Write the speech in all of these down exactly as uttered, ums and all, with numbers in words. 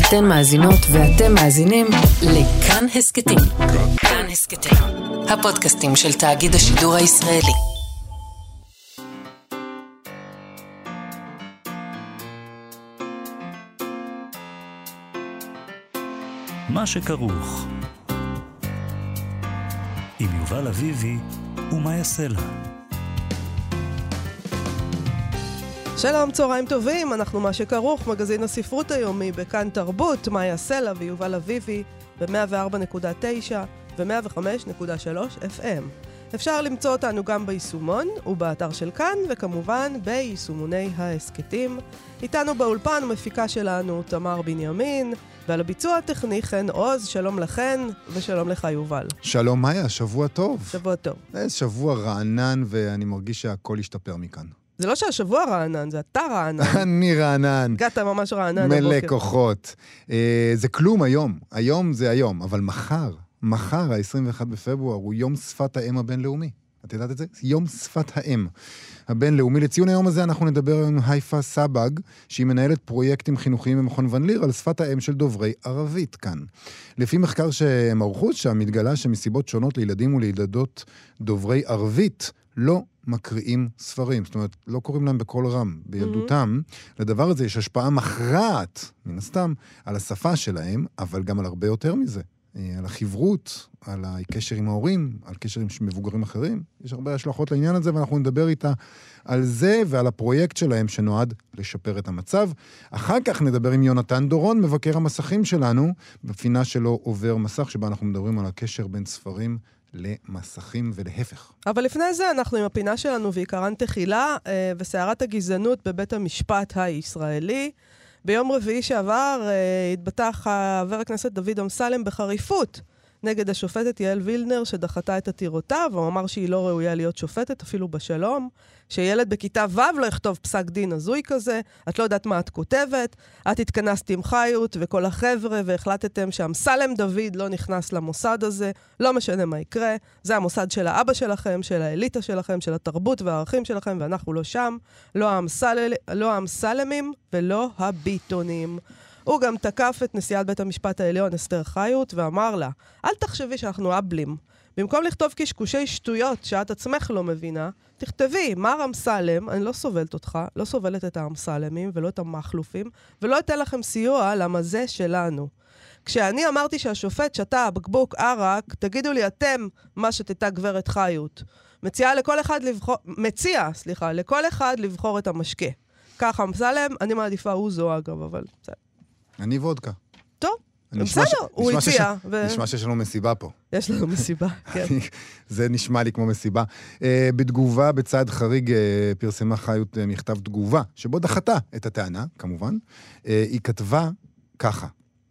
אתן מאזינות ואתם מאזינים לכאן הסקטים. כאן הסקטים, הפודקאסטים של תאגיד השידור הישראלי. מה שכרוך עם יובל אביבי ומה יעשה לה. שלום, צהריים טובים, אנחנו מה שכרוך, מגזין הספרות היומי בכאן תרבות, מה יעשה לה ויובל אביבי ב-מאה וארבע נקודה תשע ו-מאה וחמש נקודה שלוש אף אם. אפשר למצוא אותנו גם ביישומון ובאתר של כאן, וכמובן ביישומוני ההסקטים. איתנו באולפן מפיקה שלנו תמר בנימין, ועל הביצוע הטכני חן עוז. שלום לכן ושלום לך יובל. שלום מאיה, שבוע טוב. שבוע טוב. זה שבוע רענן ואני מרגיש שהכל ישתפר מכאן. זה לא שהשבוע רענן, זה אתה רענן. אני רענן. הגעת ממש רענן. מלא כוחות. זה כלום היום, היום זה היום, אבל מחר, מחר ה-עשרים ואחד בפברואר הוא יום שפת האם הבינלאומי. את יודעת את זה? יום שפת האם הבינלאומי. לציון היום הזה אנחנו נדבר עם הייפה סבג, שהיא מנהלת פרויקטים חינוכיים במכון ון ליר על שפת האם של דוברי ערבית כאן. לפי מחקר שהם ערכו שם, מתגלה שמסיבות שונות לילדים ולילדות דוברי ערבית לא מקריאים ספרים, זאת אומרת, לא קוראים להם בכל רם בילדותם. Mm-hmm. לדבר הזה יש השפעה מכרעת, מן הסתם, על השפה שלהם, אבל גם על הרבה יותר מזה. על החברות, על הקשר עם ההורים, על קשר עם מבוגרים אחרים. יש הרבה השלכות לעניין הזה, ואנחנו נדבר איתה על זה ועל הפרויקט שלהם שנועד לשפר את המצב. אחר כך נדבר עם יונתן דורון, מבקר המסכים שלנו, בפינה שלו עובר מסך, שבה אנחנו מדברים על הקשר בין ספרים למסכים ולהפך. אבל לפני זה אנחנו עם הפינה שלנו ועיקרן תחילה וסערת הגזענות בבית המשפט הישראלי. ביום רביעי שעבר התבטא חבר הכנסת דוד אמסלם בחריפות נגד השופטת יעל וילנר שדחתה את עתירותיו, והוא אמר שהיא לא ראויה להיות שופטת אפילו בשלום, שילד בכיתה ו' לא יכתוב פסק דין הזוי כזה, את לא יודעת מה את כותבת, את התכנסת עם חיות וכל החבר'ה והחלטתם שאמסלם דוד לא נכנס למוסד הזה, לא משנה מה יקרה, זה המוסד של האבא שלכם, של האליטה שלכם, של התרבות והערכים שלכם, ואנחנו לא שם, לא האמסל... לא האמסלמים ולא הביטונים. הוא גם תקף את נשיאת בית המשפט העליון אסתר חיות ואמר לה, אל תחשבי שאנחנו אבלים. במקום לכתוב קשקושי שטויות שאת עצמך לא מבינה, תכתבי, מר אמסלם, אני לא סובלת אותך, לא סובלת את האמסלמים ולא את המחלופים, ולא אתן לכם סיוע למזה שלנו. כשאני אמרתי שהשופט שתה בקבוק ערק, תגידו לי אתם מה שתתה גברת חיות. מציעה לכל אחד לבחור, מציע, סליחה, לכל אחד לבחור את המשקה. כך אמסלם, אני מעדיפה הוא זו אגב, אבל בסדר. אני וודקה. טוב, בסדר, הוא הציע. נשמע שיש לנו מסיבה פה. יש לנו מסיבה, כן. זה נשמע לי כמו מסיבה. בתגובה, בצד חריג, פרסמה חיות מכתב תגובה, שבו דחתה את הטענה, כמובן. היא כתבה ככה.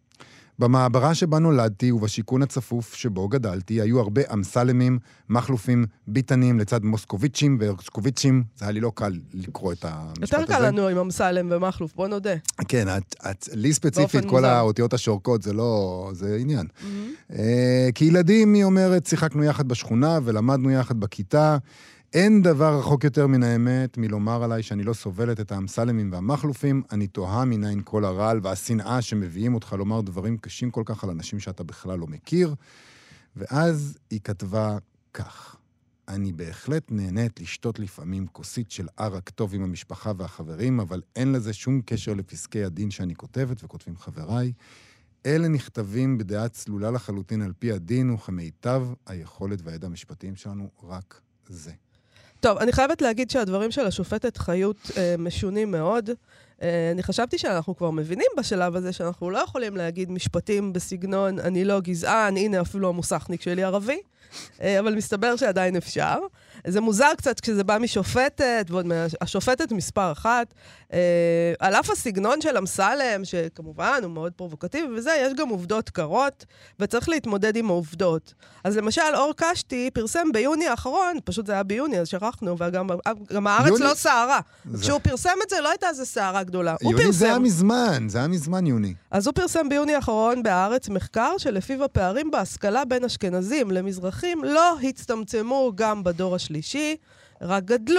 במעברה שבה נולדתי ובשיקון הצפוף שבו גדלתי, היו הרבה אמסלמים, מחלופים, ביטנים, לצד מוסקוביצ'ים והרסקוביצ'ים. זה היה לי לא קל לקרוא את המשפט הזה. יותר קל לנו עם אמסלם ומחלוף, בוא נודה. כן, את, את, לי ספציפית, כל האותיות השורקות, זה לא, זה עניין. Mm-hmm. כי ילדים, היא אומרת, שיחקנו יחד בשכונה ולמדנו יחד בכיתה, אין דבר רחוק יותר מן האמת מלומר עליי שאני לא סובלת את האמסלמים והמחלופים, אני תוהה מניין כל הרעל והשנאה שמביאים אותך לומר דברים קשים כל כך על אנשים שאתה בכלל לא מכיר. ואז היא כתבה כך, אני בהחלט נהנית לשתות לפעמים כוסית של ערק טוב עם המשפחה והחברים, אבל אין לזה שום קשר לפסקי הדין שאני כותבת וכותבים חבריי. אלה נכתבים בדעה צלולה לחלוטין על פי הדין וכמיטב היכולת והידע המשפטיים שלנו, רק זה. טוב, אני חייבת להגיד שהדברים של השופטת חיות אה, משונים מאוד. אה, אני חשבתי שאנחנו כבר מבינים בשלב הזה שאנחנו לא יכולים להגיד משפטים בסגנון אני לא גזען, הנה אפילו המוסכניק שלי ערבי, אה, אבל מסתבר שעדיין אפשר. זה מוזר קצת כשזה בא משופטת, ועוד השופטת מספר אחת. אה, על אף הסגנון של אמסלם, שכמובן הוא מאוד פרובוקטיבי וזה, יש גם עובדות קרות, וצריך להתמודד עם העובדות. אז למשל, אור קשתי פרסם ביוני האחרון, פשוט זה היה ביוני, אז שכחנו, וגם גם הארץ יוני... לא סערה. זה... כשהוא פרסם את זה, לא הייתה איזו סערה גדולה. יוני פרסם... זה היה מזמן, זה היה מזמן יוני. אז הוא פרסם ביוני האחרון בארץ מחקר שלפיו הפערים בהשכלה בין אשכנזים למזרחים לא הצטמצמו גם בדור השלישי, רק גדלו.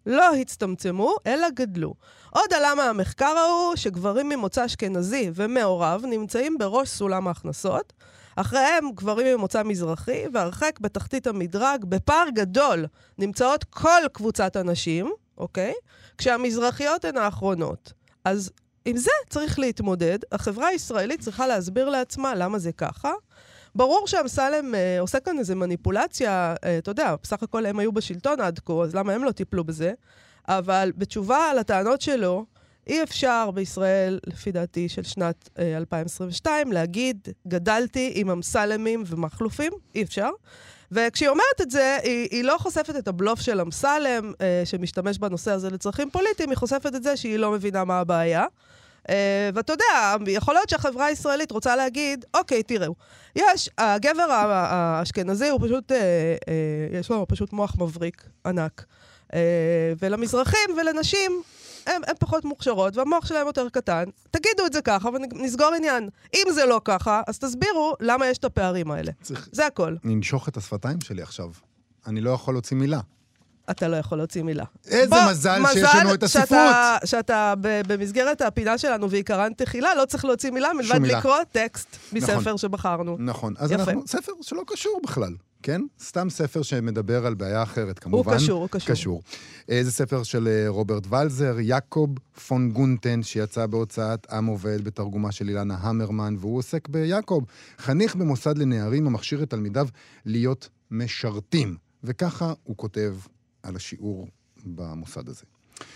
לא הצטמצמו, אלא גדלו. עוד עלה מהמחקר ההוא שגברים ממוצא אשכנזי ומעורב נמצאים בראש סולם ההכנסות, אחריהם גברים ממוצא מזרחי, והרחק בתחתית המדרג, בפער גדול, נמצאות כל קבוצת הנשים, אוקיי? כשהמזרחיות הן האחרונות. אז עם זה צריך להתמודד. החברה הישראלית צריכה להסביר לעצמה למה זה ככה. ברור שאמסלם אה, עושה כאן איזו מניפולציה, אה, אתה יודע, בסך הכל הם היו בשלטון עד כה, אז למה הם לא טיפלו בזה? אבל בתשובה על הטענות שלו, אי אפשר בישראל, לפי דעתי של שנת אה, אלפיים עשרים ושתיים, להגיד, גדלתי עם אמסלמים ומחלופים, אי אפשר. וכשהיא אומרת את זה, היא, היא לא חושפת את הבלוף של אמסלם, אה, שמשתמש בנושא הזה לצרכים פוליטיים, היא חושפת את זה שהיא לא מבינה מה הבעיה. Uh, ואתה יודע, יכול להיות שהחברה הישראלית רוצה להגיד, אוקיי, תראו, יש, הגבר האשכנזי הוא פשוט, uh, uh, יש לו פשוט מוח מבריק ענק. Uh, ולמזרחים ולנשים, הם, הם פחות מוכשרות, והמוח שלהם יותר קטן. תגידו את זה ככה ונסגור עניין. אם זה לא ככה, אז תסבירו למה יש את הפערים האלה. צריך... זה הכל. ננשוך את השפתיים שלי עכשיו. אני לא יכול להוציא מילה. אתה לא יכול להוציא מילה. איזה בוא, מזל, מזל שיש לנו את הספרות. שאתה, שאתה במסגרת הפינה שלנו ועיקרן תחילה, לא צריך להוציא מילה, מלבד מילה. לקרוא טקסט מספר נכון, שבחרנו. נכון. אז יפה. אנחנו, ספר שלא קשור בכלל, כן? סתם ספר שמדבר על בעיה אחרת, כמובן. הוא קשור, הוא קשור. קשור. זה ספר של רוברט ולזר, יעקב פון גונטן, שיצא בהוצאת עם עובד בתרגומה של אילנה המרמן, והוא עוסק ביעקב, חניך במוסד לנערים המכשיר את תלמידיו להיות משרתים. וככה הוא כותב על השיעור במוסד הזה.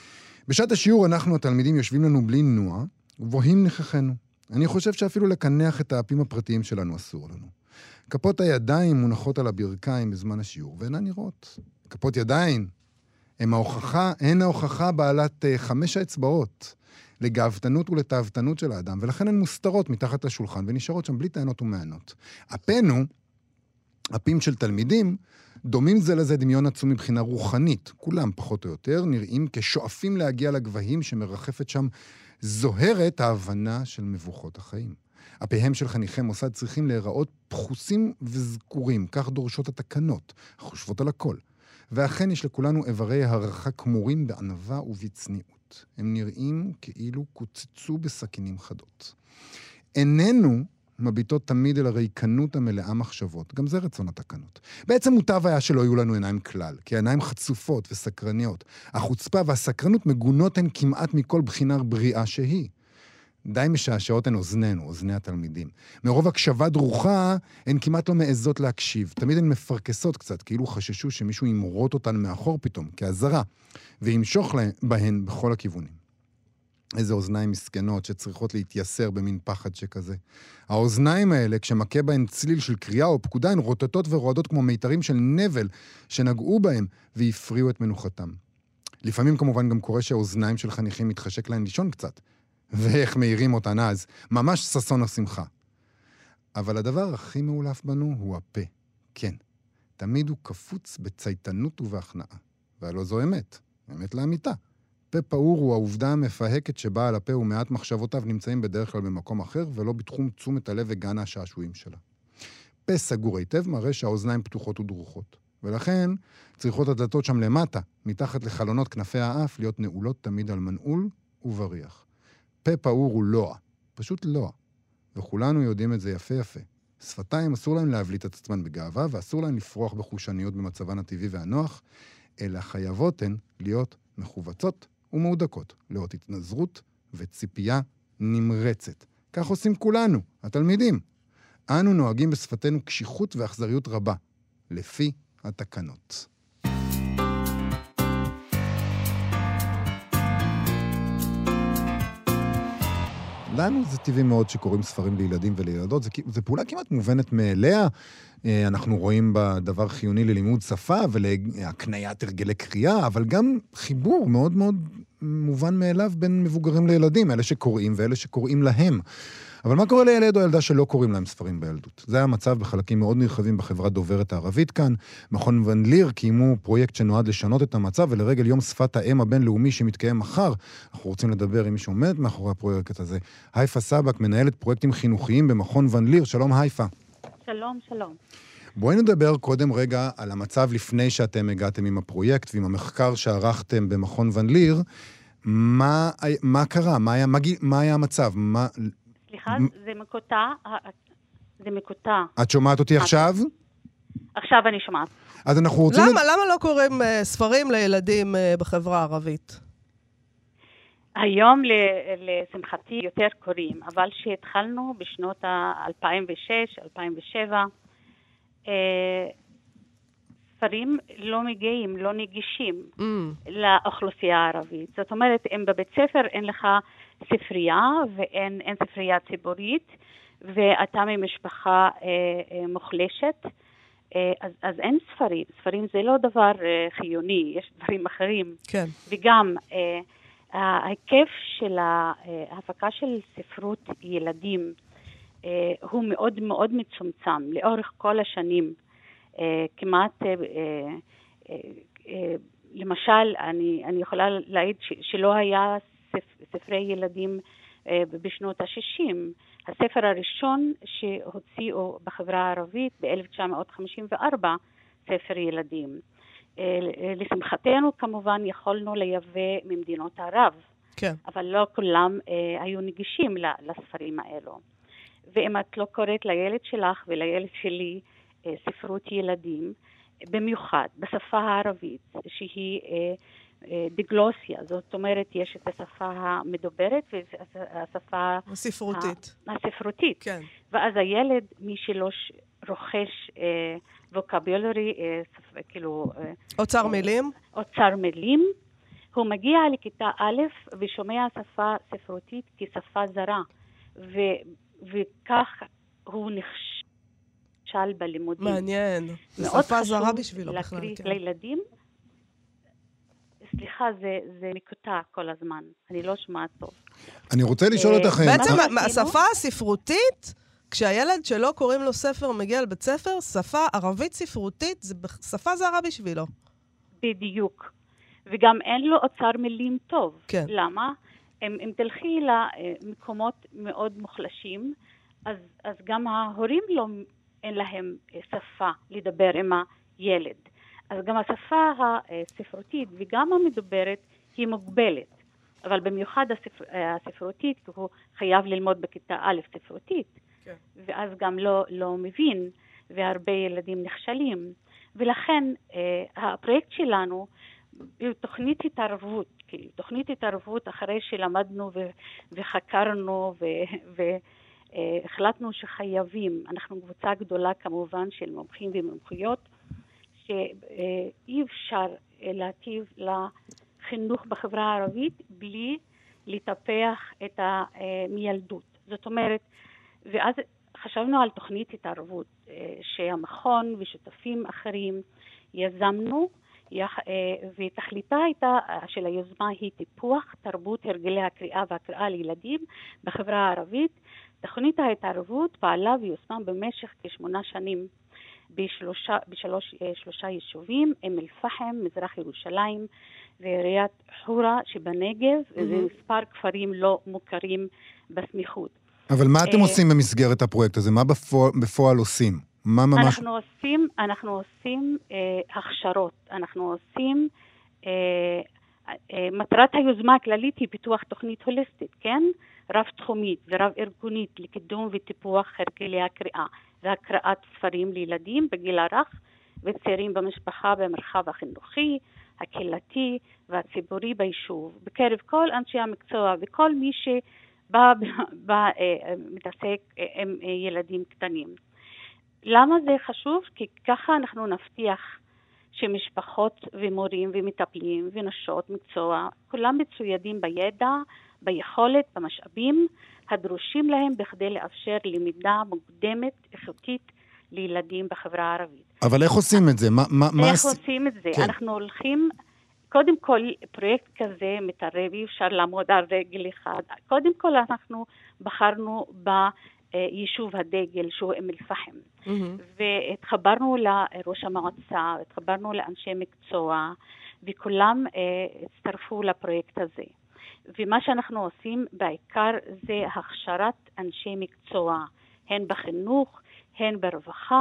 בשעת השיעור אנחנו, התלמידים, יושבים לנו בלי נוע, ובוהים נכחנו. אני חושב שאפילו לקנח את האפים הפרטיים שלנו אסור לנו. כפות הידיים מונחות על הברכיים בזמן השיעור, ואינן נראות. כפות ידיים הן ההוכחה, הן ההוכחה בעלת uh, חמש האצבעות, לגאוותנות ולתאוותנות של האדם, ולכן הן מוסתרות מתחת לשולחן, ונשארות שם בלי טענות ומענות. אפינו, אפים של תלמידים, דומים זה לזה דמיון עצום מבחינה רוחנית. כולם, פחות או יותר, נראים כשואפים להגיע לגבהים שמרחפת שם זוהרת ההבנה של מבוכות החיים. אפיהם של חניכי מוסד צריכים להיראות פחוסים וזקורים, כך דורשות התקנות, חושבות על הכל. ואכן יש לכולנו איברי הערכה כמורים בענווה ובצניעות. הם נראים כאילו קוצצו בסכינים חדות. איננו מביטות תמיד אל הריקנות המלאה מחשבות. גם זה רצון התקנות. בעצם מוטב היה שלא יהיו לנו עיניים כלל, כי העיניים חצופות וסקרניות. החוצפה והסקרנות מגונות הן כמעט מכל בחינה בריאה שהיא. די משעשעות הן אוזנינו, אוזני התלמידים. מרוב הקשבה דרוכה, הן כמעט לא מעזות להקשיב. תמיד הן מפרקסות קצת, כאילו חששו שמישהו ימרוט אותן מאחור פתאום, כעזרה, וימשוך בהן בכל הכיוונים. איזה אוזניים מסכנות שצריכות להתייסר במין פחד שכזה. האוזניים האלה, כשמכה בהן צליל של קריאה או פקודה, הן רוטטות ורועדות כמו מיתרים של נבל שנגעו בהם והפריעו את מנוחתם. לפעמים כמובן גם קורה שהאוזניים של חניכים מתחשק להן לישון קצת. ואיך מאירים אותן אז, ממש ששון השמחה. אבל הדבר הכי מאולף בנו הוא הפה. כן, תמיד הוא קפוץ בצייתנות ובהכנעה. והלא זו אמת, אמת לאמיתה. פה פעור הוא העובדה המפהקת שבה על הפה ומעט מחשבותיו נמצאים בדרך כלל במקום אחר, ולא בתחום תשומת הלב וגן השעשועים שלה. פה סגור היטב מראה שהאוזניים פתוחות ודרוכות. ולכן צריכות הדלתות שם למטה, מתחת לחלונות כנפי האף, להיות נעולות תמיד על מנעול ובריח. פה פעור הוא לוע, פשוט לוע. וכולנו יודעים את זה יפה יפה. שפתיים אסור להם להבליט את עצמן בגאווה, ואסור להם לפרוח בחושניות במצבן הטבעי והנוח, אלא חייבות הן להיות מחובצות ומעודקות, לאות התנזרות וציפייה נמרצת. כך עושים כולנו, התלמידים. אנו נוהגים בשפתנו קשיחות ואכזריות רבה, לפי התקנות. לנו זה טבעי מאוד שקוראים ספרים לילדים ולילדות, זה, זה פעולה כמעט מובנת מאליה, אנחנו רואים בה דבר חיוני ללימוד שפה ולהקניית הרגלי קריאה, אבל גם חיבור מאוד מאוד מובן מאליו בין מבוגרים לילדים, אלה שקוראים ואלה שקוראים להם. אבל מה קורה לילד או ילדה שלא קוראים להם ספרים בילדות? זה המצב בחלקים מאוד נרחבים בחברה דוברת הערבית כאן. מכון ון ליר קיימו פרויקט שנועד לשנות את המצב, ולרגל יום שפת האם הבינלאומי שמתקיים מחר, אנחנו רוצים לדבר עם מי שעומד מאחורי הפרויקט הזה. הייפה סבק, מנהלת פרויקטים חינוכיים במכון ון ליר. שלום הייפה. שלום, שלום. בואי נדבר קודם רגע על המצב לפני שאתם הגעתם עם הפרויקט ועם המחקר שערכתם במכון ון ליר. מה, מה קרה? מה היה, מה, מה היה המצב? מה... סליחה, זה מקוטע, זה מקוטע. את שומעת אותי עכשיו? עכשיו אני שומעת. אז אנחנו רוצים... למה, למה לא קוראים uh, ספרים לילדים uh, בחברה הערבית? היום לשמחתי יותר קוראים, אבל שהתחלנו בשנות ה-אלפיים ושש אלפיים ושבע, ספרים לא מגיעים, לא נגישים mm. לאוכלוסייה הערבית. זאת אומרת, אם בבית ספר אין לך ספרייה ואין אין ספרייה ציבורית, ואתה ממשפחה אה, אה, מוחלשת, אה, אז, אז אין ספרים. ספרים זה לא דבר אה, חיוני, יש דברים אחרים. כן. וגם אה, ההיקף של ההפקה של ספרות ילדים אה, הוא מאוד מאוד מצומצם לאורך כל השנים. אה, כמעט, אה, אה, אה, למשל, אני, אני יכולה להעיד ש, שלא היה ספ, ספרי ילדים אה, בשנות ה-שישים. הספר הראשון שהוציאו בחברה הערבית ב-אלף תשע מאות חמישים וארבע, ספר ילדים. לשמחתנו כמובן יכולנו לייבא ממדינות ערב, כן. אבל לא כולם אה, היו נגישים לספרים האלו. ואם את לא קוראת לילד שלך ולילד שלי אה, ספרות ילדים, במיוחד בשפה הערבית, שהיא אה, אה, דיגלוסיה, זאת אומרת יש את השפה המדוברת והשפה הספרותית. הספרותית. כן. ואז הילד, מי שלא רוכש אה, ווקאבולרי, אה, כאילו... אה, אוצר מילים? אוצר מילים. הוא מגיע לכיתה א' ושומע שפה ספרותית כשפה זרה. ו, וכך הוא נכשל בלימודים. מעניין. זו שפה זרה בשבילו בכלל. להקריא כן. לילדים. סליחה, זה, זה מקוטע כל הזמן. אני לא שומעת טוב. אני רוצה לשאול אותך... בעצם השפה הספרותית... כשהילד שלא קוראים לו ספר מגיע לבית ספר, שפה ערבית ספרותית, זה שפה זרה בשבילו. בדיוק. וגם אין לו אוצר מילים טוב. כן. למה? אם, אם תלכי למקומות מאוד מוחלשים, אז, אז גם ההורים לא, אין להם שפה לדבר עם הילד. אז גם השפה הספרותית וגם המדוברת היא מוגבלת. אבל במיוחד הספר, הספרותית, כי הוא חייב ללמוד בכיתה א' ספרותית. כן. ואז גם לא, לא מבין, והרבה ילדים נכשלים. ולכן אה, הפרויקט שלנו הוא תוכנית התערבות, כאילו, תוכנית התערבות אחרי שלמדנו ו- וחקרנו והחלטנו שחייבים, אנחנו קבוצה גדולה כמובן של מומחים ומומחיות, שאי אפשר להטיב לחינוך בחברה הערבית בלי לטפח את המילדות. זאת אומרת, ואז חשבנו על תוכנית התערבות שהמכון ושותפים אחרים יזמנו, ותכליתה הייתה של היוזמה היא טיפוח תרבות הרגלי הקריאה והקריאה לילדים בחברה הערבית. תוכנית ההתערבות פעלה ויושמה במשך כשמונה שנים בשלושה, בשלוש, שלושה יישובים, אום אל-פחם, מזרח ירושלים ועיריית חורה שבנגב, mm-hmm. ומספר כפרים לא מוכרים בסמיכות. אבל מה אתם עושים במסגרת הפרויקט הזה? מה בפועל, בפועל עושים? מה ממש... אנחנו עושים, אנחנו עושים אה, הכשרות. אנחנו עושים, אה, אה, מטרת היוזמה הכללית היא פיתוח תוכנית הוליסטית, כן? רב תחומית ורב ארגונית לקידום וטיפוח הרגלי הקריאה והקראת ספרים לילדים בגיל הרך וצעירים במשפחה במרחב החינוכי, הקהילתי והציבורי ביישוב, בקרב כל אנשי המקצוע וכל מי ש... בא, בא, מתעסק עם ילדים קטנים. למה זה חשוב? כי ככה אנחנו נבטיח שמשפחות ומורים ומטפלים ונשות מקצוע, כולם מצוידים בידע, ביכולת, במשאבים הדרושים להם בכדי לאפשר למידה מוקדמת, איכותית לילדים בחברה הערבית. אבל איך עושים את זה? מה, מה, איך מה... עושים את זה? כן. אנחנו הולכים... קודם כל, פרויקט כזה מתערב, אי אפשר לעמוד על רגל אחד. קודם כל, אנחנו בחרנו ביישוב הדגל, שהוא אום אל-פחם. Mm-hmm. והתחברנו לראש המועצה, התחברנו לאנשי מקצוע, וכולם אה, הצטרפו לפרויקט הזה. ומה שאנחנו עושים בעיקר זה הכשרת אנשי מקצוע, הן בחינוך, הן ברווחה,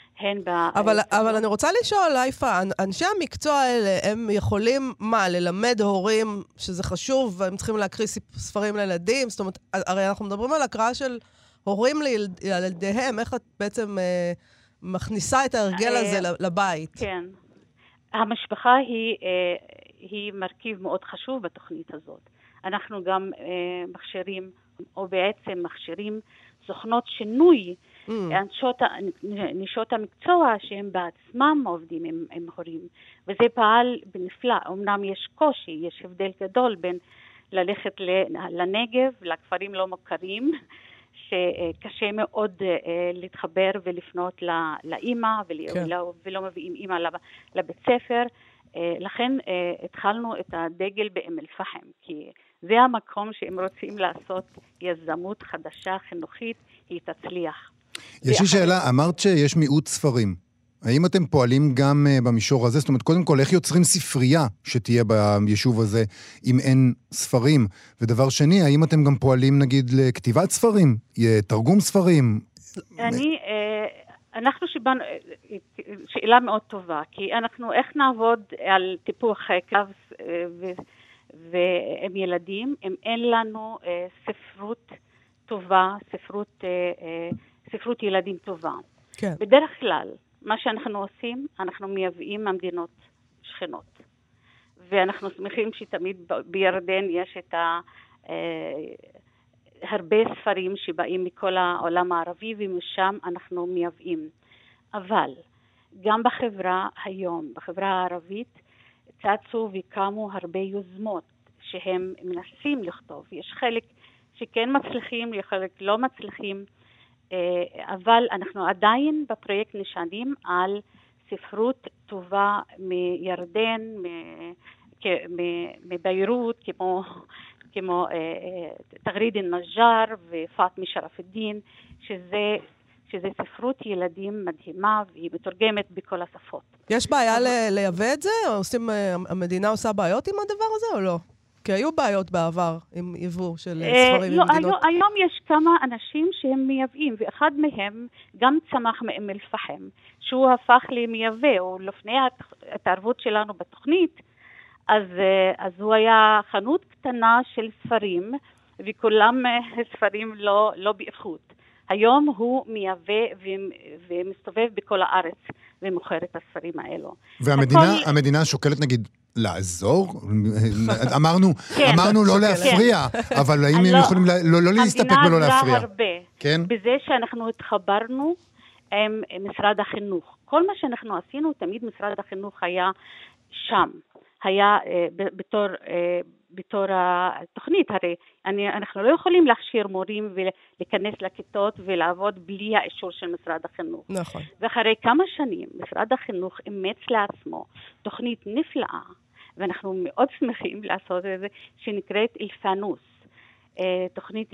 הן ב... אבל, אבל אני רוצה לשאול, לייפה, אנשי המקצוע האלה, הם יכולים, מה, ללמד הורים שזה חשוב, והם צריכים להקריא ספרים לילדים? זאת אומרת, הרי אנחנו מדברים על הקראה של הורים לילדיהם, איך את בעצם אה, מכניסה את ההרגל הזה לבית? כן. המשפחה היא, אה, היא מרכיב מאוד חשוב בתוכנית הזאת. אנחנו גם אה, מכשירים, או בעצם מכשירים סוכנות שינוי, mm. אנשות, נשות המקצוע שהם בעצמם עובדים עם, עם הורים. וזה פעל בנפלא. אמנם יש קושי, יש הבדל גדול בין ללכת לנגב, לכפרים לא מוכרים, שקשה מאוד להתחבר ולפנות לאמא, כן. ולא, ולא מביאים אמא לבית ספר. לכן התחלנו את הדגל באום אל-פחם, כי זה המקום שהם רוצים לעשות יזמות חדשה, חינוכית, היא תצליח. יש לי שאלה, אמרת שיש מיעוט ספרים. האם אתם פועלים גם במישור הזה? זאת אומרת, קודם כל, איך יוצרים ספרייה שתהיה ביישוב הזה אם אין ספרים? ודבר שני, האם אתם גם פועלים, נגיד, לכתיבת ספרים? תרגום ספרים? אני... אנחנו שבאנו, שאלה מאוד טובה, כי אנחנו איך נעבוד על טיפוח קו ועם ילדים, אם אין לנו ספרות טובה, ספרות, ספרות ילדים טובה. כן. בדרך כלל, מה שאנחנו עושים, אנחנו מייבאים ממדינות שכנות. ואנחנו שמחים שתמיד בירדן יש את ה... הרבה ספרים שבאים מכל העולם הערבי, ומשם אנחנו מייבאים. אבל גם בחברה היום, בחברה הערבית, צצו וקמו הרבה יוזמות שהם מנסים לכתוב. יש חלק שכן מצליחים, חלק לא מצליחים, אבל אנחנו עדיין בפרויקט נשענים על ספרות טובה מירדן, מביירות, כמו... כמו תגריד אל-נג'אר ופאטמה שרף א-דין, שזה, שזה ספרות ילדים מדהימה, והיא מתורגמת בכל השפות. יש בעיה לייבא את זה? או עושים, המדינה עושה בעיות עם הדבר הזה או לא? כי היו בעיות בעבר עם ייבוא של ספרים לא, ממדינות. היום, היום יש כמה אנשים שהם מייבאים, ואחד מהם גם צמח מאום אל-פחם, שהוא הפך למייבא, או לפני התערבות שלנו בתוכנית, אז, אז הוא היה חנות קטנה של ספרים, וכולם ספרים לא, לא באיכות. היום הוא מייבא ומסתובב בכל הארץ ומוכר את הספרים האלו. והמדינה הכל... המדינה שוקלת נגיד לעזור? אמרנו, כן, אמרנו לא להפריע, כן. אבל האם הם לא, יכולים לא, לא להסתפק ולא להפריע? המדינה עזרה הרבה, כן? בזה שאנחנו התחברנו עם משרד החינוך. כל מה שאנחנו עשינו, תמיד משרד החינוך היה שם. היה בתור, בתור התוכנית, הרי אני, אנחנו לא יכולים להכשיר מורים ולהיכנס לכיתות ולעבוד בלי האישור של משרד החינוך. נכון. ואחרי כמה שנים משרד החינוך אימץ לעצמו תוכנית נפלאה, ואנחנו מאוד שמחים לעשות את זה, שנקראת אל-פאנוס. תוכנית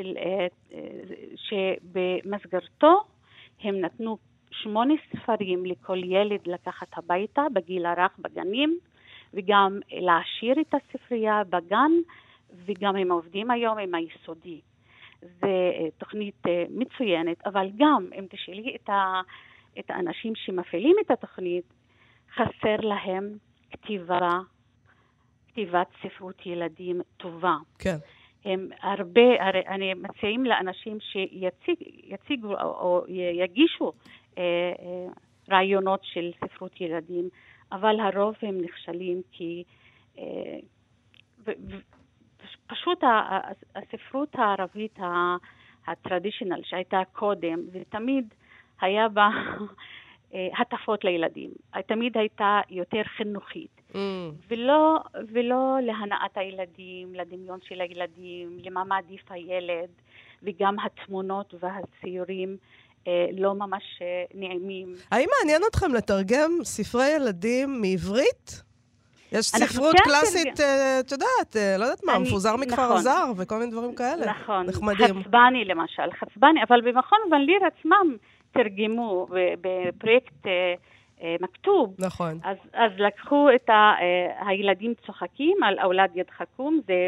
שבמסגרתו הם נתנו שמונה ספרים לכל ילד לקחת הביתה בגיל הרך בגנים, וגם להשאיר את הספרייה בגן, וגם הם עובדים היום עם היסודי. זו תוכנית מצוינת, אבל גם אם תשאלי את, ה, את האנשים שמפעילים את התוכנית, חסר להם כתיבה, כתיבת ספרות ילדים טובה. כן. הם הרבה, הרי אני מציעים לאנשים שיציגו או יגישו אה, אה, רעיונות של ספרות ילדים, אבל הרוב הם נכשלים כי אה, ו, ו, פשוט הספרות הערבית הטרדישיונל שהייתה קודם, ותמיד היה בה הטפות לילדים. תמיד הייתה יותר חינוכית. Mm. ולא, ולא להנאת הילדים, לדמיון של הילדים, למה מעדיף הילד, וגם התמונות והציורים אה, לא ממש אה, נעימים. האם מעניין אתכם לתרגם ספרי ילדים מעברית? יש ספרות קלאסית, את יודעת, לא יודעת מה, מפוזר מכפר הזר וכל מיני דברים כאלה. נכון. נחמדים. חצבני למשל, חצבני, אבל במכון ון-ליר עצמם תרגמו בפרויקט מכתוב. נכון. אז, אז לקחו את ה, הילדים צוחקים על אולד ידחקום, זה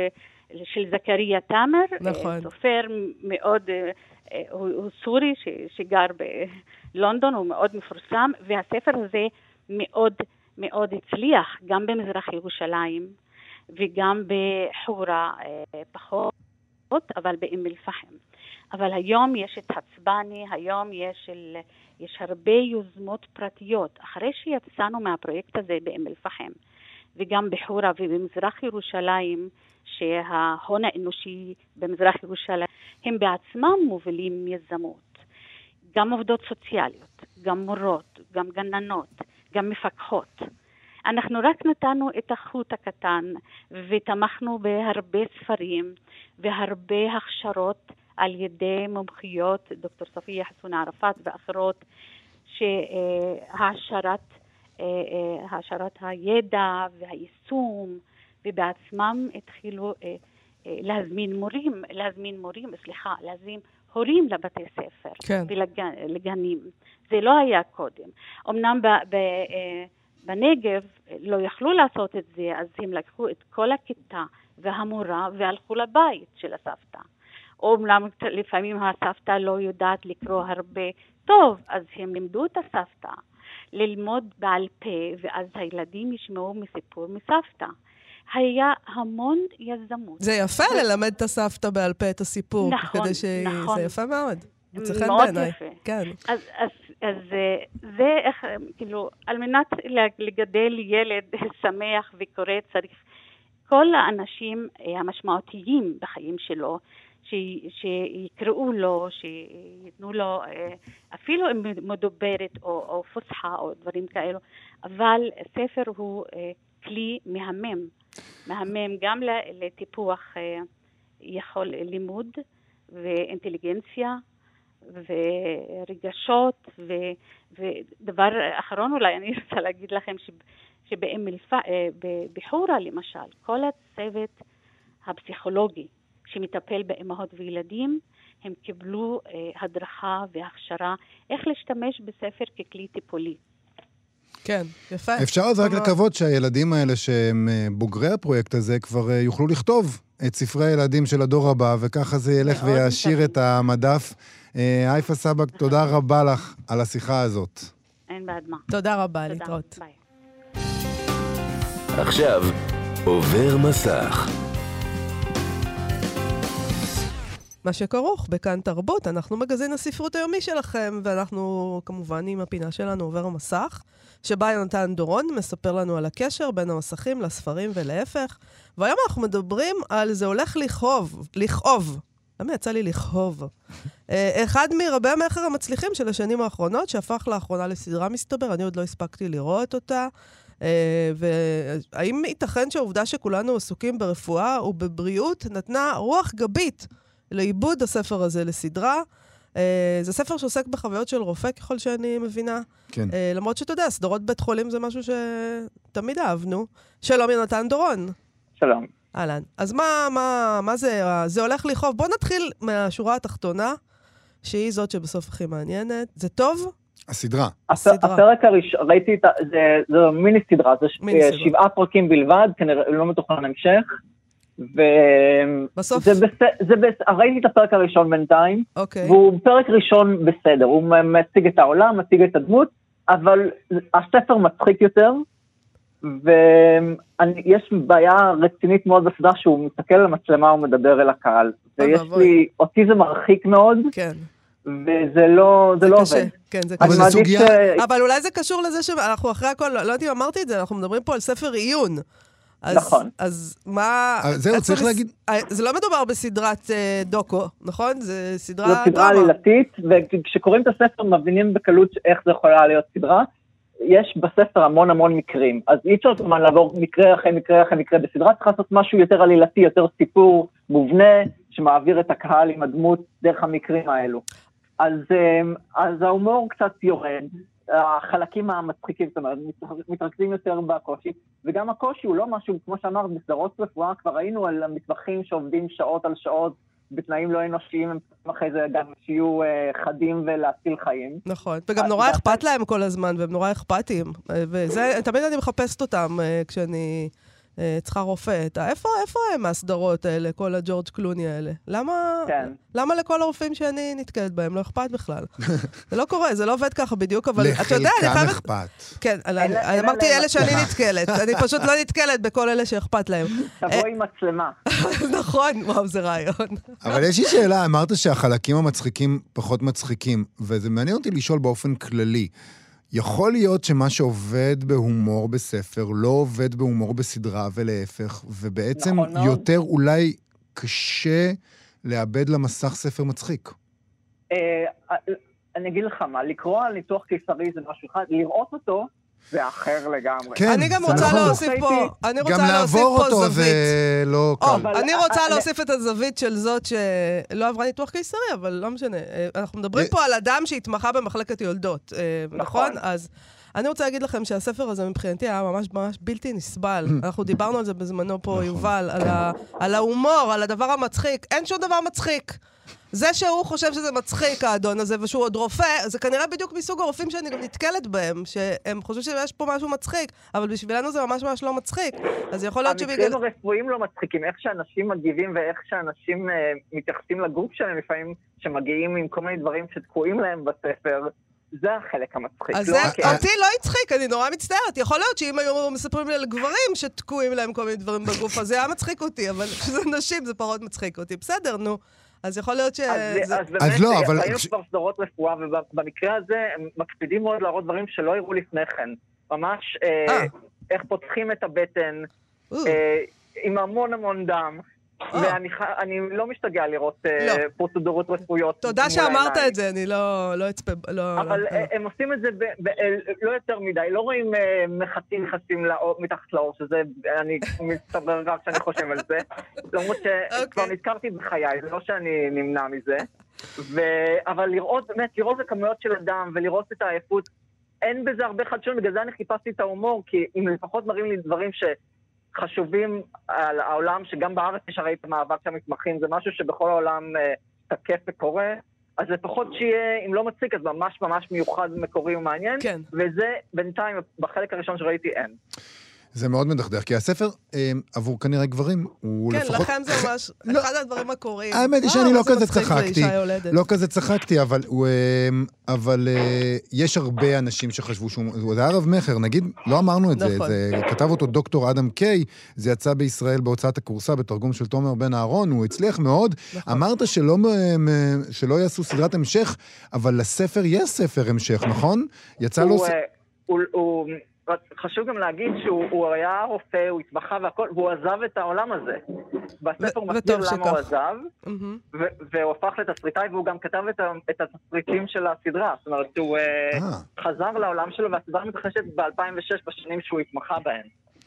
של זכריה תאמר, נכון. סופר מאוד, הוא, הוא סורי ש, שגר בלונדון, הוא מאוד מפורסם, והספר הזה מאוד מאוד הצליח, גם במזרח ירושלים, וגם בחורה פחות, אבל באום אל-פחם. אבל היום יש את הצבני, היום יש, של, יש הרבה יוזמות פרטיות. אחרי שיצאנו מהפרויקט הזה באום אל-פחם, וגם בחורה ובמזרח ירושלים, שההון האנושי במזרח ירושלים, הם בעצמם מובילים יזמות. גם עובדות סוציאליות, גם מורות, גם גננות, גם מפקחות. אנחנו רק נתנו את החוט הקטן, ותמכנו בהרבה ספרים, והרבה הכשרות על ידי מומחיות, דוקטור סופיה חסון ערפאת ואחרות, שהעשרת, העשרת הידע והיישום, ובעצמם התחילו להזמין מורים, להזמין מורים, סליחה, להזמין הורים לבתי ספר, כן. ולגנים. זה לא היה קודם. אמנם ב, ב, בנגב לא יכלו לעשות את זה, אז הם לקחו את כל הכיתה והמורה והלכו לבית של הסבתא. אומנם לפעמים הסבתא לא יודעת לקרוא הרבה טוב, אז הם לימדו את הסבתא ללמוד בעל פה, ואז הילדים ישמעו מסיפור מסבתא. היה המון יזמות. זה יפה ללמד את הסבתא בעל פה את הסיפור. נכון, כדי ש... נכון. זה יפה מאוד. מאוד יפה. כן. אז, אז, אז זה איך, כאילו, על מנת לגדל ילד שמח וקורא, צריך כל האנשים המשמעותיים בחיים שלו, ש, שיקראו לו, שיתנו לו, אפילו אם מדוברת או, או פוסחה או דברים כאלו, אבל ספר הוא כלי מהמם, מהמם גם לטיפוח יכול לימוד ואינטליגנציה ורגשות, ו, ודבר אחרון אולי אני רוצה להגיד לכם שבחורה למשל, כל הצוות הפסיכולוגי שמטפל באמהות וילדים, הם קיבלו אה, הדרכה והכשרה איך להשתמש בספר ככלי טיפולי. כן, יפה. אפשר אז רק לקוות שהילדים האלה שהם בוגרי הפרויקט הזה כבר יוכלו לכתוב את ספרי הילדים של הדור הבא, וככה זה ילך ויעשיר את המדף. הייפה סבק, תודה רבה לך על השיחה הזאת. אין בעד מה. תודה רבה, להתראות. ביי. עכשיו, עובר מסך. מה שכרוך בכאן תרבות, אנחנו מגזין הספרות היומי שלכם, ואנחנו כמובן עם הפינה שלנו עובר המסך, שבה יונתן דורון מספר לנו על הקשר בין המסכים לספרים ולהפך, והיום אנחנו מדברים על זה הולך לכאוב, לכאוב. למה יצא לי לכאוב? אחד מרבי המחר המצליחים של השנים האחרונות, שהפך לאחרונה לסדרה מסתבר, אני עוד לא הספקתי לראות אותה, והאם ייתכן שהעובדה שכולנו עסוקים ברפואה ובבריאות נתנה רוח גבית לעיבוד הספר הזה לסדרה? זה ספר שעוסק בחוויות של רופא, ככל שאני מבינה. כן. למרות שאתה יודע, סדרות בית חולים זה משהו שתמיד אהבנו. שלום יונתן דורון. שלום. אהלן. אז מה, מה, מה זה? זה הולך לכאוב. בוא נתחיל מהשורה התחתונה, שהיא זאת שבסוף הכי מעניינת. זה טוב? הסדרה. הסדרה. הפרק הראשון, ראיתי את זה, זה מיני סדרה, זה שבעה פרקים בלבד, כנראה לא מתוכנן המשך. בסוף? זה בסדר, ראיתי את הפרק הראשון בינתיים, והוא פרק ראשון בסדר, הוא מציג את העולם, מציג את הדמות, אבל הספר מצחיק יותר, ויש בעיה רצינית מאוד בסדרה שהוא מסתכל על המצלמה ומדבר אל הקהל, ויש לי, אותי זה מרחיק מאוד, וזה לא עובד. כן, זה אבל זה סוגיה... אבל אולי זה קשור לזה שאנחנו אחרי הכל, לא יודעת אם אמרתי את זה, אנחנו מדברים פה על ספר עיון. אז, נכון. אז מה... זהו, צריך להגיד... זה לא מדובר בסדרת דוקו, נכון? זה סדרה... זו סדרה עלילתית, וכשקוראים את הספר מבינים בקלות איך זה יכולה להיות סדרה. יש בספר המון המון מקרים, אז אי אפשר כמובן לעבור מקרה אחרי מקרה אחרי מקרה בסדרה, צריך לעשות משהו יותר עלילתי, יותר סיפור מובנה, שמעביר את הקהל עם הדמות דרך המקרים האלו. אז, אז ההומור קצת יורד, החלקים המצחיקים, זאת אומרת, מתרכזים יותר בקושי, וגם הקושי הוא לא משהו, כמו שאמרת, בסדרות רפואה, כבר ראינו על המטבחים שעובדים שעות על שעות, בתנאים לא אנושיים, הם אחרי זה גם שיהיו חדים ולהציל חיים. נכון, וגם נורא אכפת להם כל הזמן, והם נורא אכפתיים, וזה, תמיד אני מחפשת אותם כשאני צריכה רופא. איפה, איפה הם הסדרות האלה, כל הג'ורג' קלוני האלה? למה, כן. למה לכל הרופאים שאני נתקלת בהם לא אכפת בכלל? זה לא קורה, זה לא עובד ככה בדיוק, אבל אתה יודע, אני לחלקם חייבת... אכפת. כן, אני אמרתי אלה שאני נתקלת. אני פשוט לא נתקלת בכל אלה שאכפת להם. תבוא עם מצלמה. נכון, וואו, זה רעיון. אבל יש לי שאלה, אמרת שהחלקים המצחיקים פחות מצחיקים, וזה מעניין אותי לשאול באופן כללי. יכול להיות שמה שעובד בהומור בספר לא עובד בהומור בסדרה ולהפך, ובעצם נכון מאוד. יותר אולי קשה לאבד למסך ספר מצחיק. אה, אני אגיד לך מה, לקרוא על ניתוח קיסרי זה משהו אחד, לראות אותו זה אחר לגמרי. כן, אני גם זה רוצה נכון. להוסיף פה, אני גם רוצה להוסיף לעבור פה אותו זה זווית. לא או, קל. אבל- אני רוצה אבל- להוסיף את הזווית של זאת שלא עברה ניתוח קיסרי, אבל לא משנה. אה, אנחנו מדברים י- פה על אדם שהתמחה במחלקת יולדות, אה, נכון? נכון. אז אני רוצה להגיד לכם שהספר הזה מבחינתי היה ממש ממש בלתי נסבל. אנחנו דיברנו על זה בזמנו פה, יובל, על ה- על ההומור, על הדבר המצחיק. אין שום דבר מצחיק. זה שהוא חושב שזה מצחיק, האדון הזה, ושהוא עוד רופא, זה כנראה בדיוק מסוג הרופאים שאני גם נתקלת בהם, שהם חושבים שיש פה משהו מצחיק, אבל בשבילנו זה ממש ממש לא מצחיק. אז יכול להיות שבגלל... המקרים הרפואיים לא מצחיקים, איך שאנשים מגיבים ואיך שאנשים אה, מתייחסים לגוף שלהם, לפעמים שמגיעים עם כל מיני דברים שתקועים להם בספר, זה החלק המצחיק. אז לא זה, רק- אותי לא הצחיק, אני נורא מצטערת. יכול להיות שאם היו מספרים לי על גברים שתקועים להם כל מיני דברים בגוף, אז זה היה מצחיק אותי, אבל כשזה נשים זה פחות מצחיק אותי. בסדר, נו. אז יכול להיות ש... אז, זה- אז באמת, אז לא, אבל- ראינו כבר סדרות רפואה, ובמקרה הזה הם מקפידים מאוד להראות דברים שלא הראו לפני כן. ממש אה, אה. איך פותחים את הבטן, אה. אה, עם המון המון דם, אה. ואני ח- אני לא משתגע לראות אה, לא. פרוצדורות רפואיות. תודה מול שאמרת העיניים. את זה, אני לא לא אצפה... לא- אבל לא- אה, הם עושים את זה ב- ב- אה, לא יותר מדי, לא רואים אה, מחטים נכנסים לאור- מתחת לאור, שזה, אני מסתבר רק שאני חושב על זה, למרות שכבר אוקיי. נזכרתי בחיי, זה לא שאני נמנע מזה, ו- אבל לראות, באמת, לראות את הכמויות של הדם ולראות את העייפות, אין בזה הרבה חדשון, בגלל זה אני חיפשתי את ההומור, כי אם לפחות מראים לי דברים שחשובים על העולם, שגם בארץ יש הרי את המאבק שהמתמחים, זה משהו שבכל העולם אה, תקף וקורה, אז לפחות שיהיה, אם לא מצחיק, אז ממש ממש מיוחד, מקורי ומעניין, כן. וזה בינתיים, בחלק הראשון שראיתי, אין. זה מאוד מדכדך, כי הספר אה, עבור כנראה גברים, הוא כן, לפחות... לכם זה ממש לא. אחד הדברים הקוראים. האמת היא אה, שאני מה לא זה כזה מצחיק צחקתי, לאישה יולדת. לא כזה צחקתי, אבל הוא, אה, אבל אה, יש הרבה אנשים שחשבו שהוא, זה היה רב מחר, נגיד, לא אמרנו את זה, נכון. זה כתב אותו דוקטור אדם קיי, זה יצא בישראל בהוצאת הכורסה, בתרגום של תומר בן אהרון, הוא הצליח מאוד, אמרת שלא, מ- שלא יעשו סדרת המשך, אבל לספר יש ספר המשך, נכון? יצא לו... הוא, ס- אה, הוא, הוא, חשוב גם להגיד שהוא הוא היה רופא, הוא התמחה והכל, והוא עזב את העולם הזה. בספר ו- הוא מסביר וטוב למה הוא שכך. עזב, מהמם. ו- והוא הפך לתסריטאי, והוא גם כתב את, ה- את התסריטים של הסדרה. זאת אומרת, הוא אה, אה. חזר לעולם שלו, והסדרה מתרחשת ב-אלפיים ושש, בשנים שהוא התמחה בהן.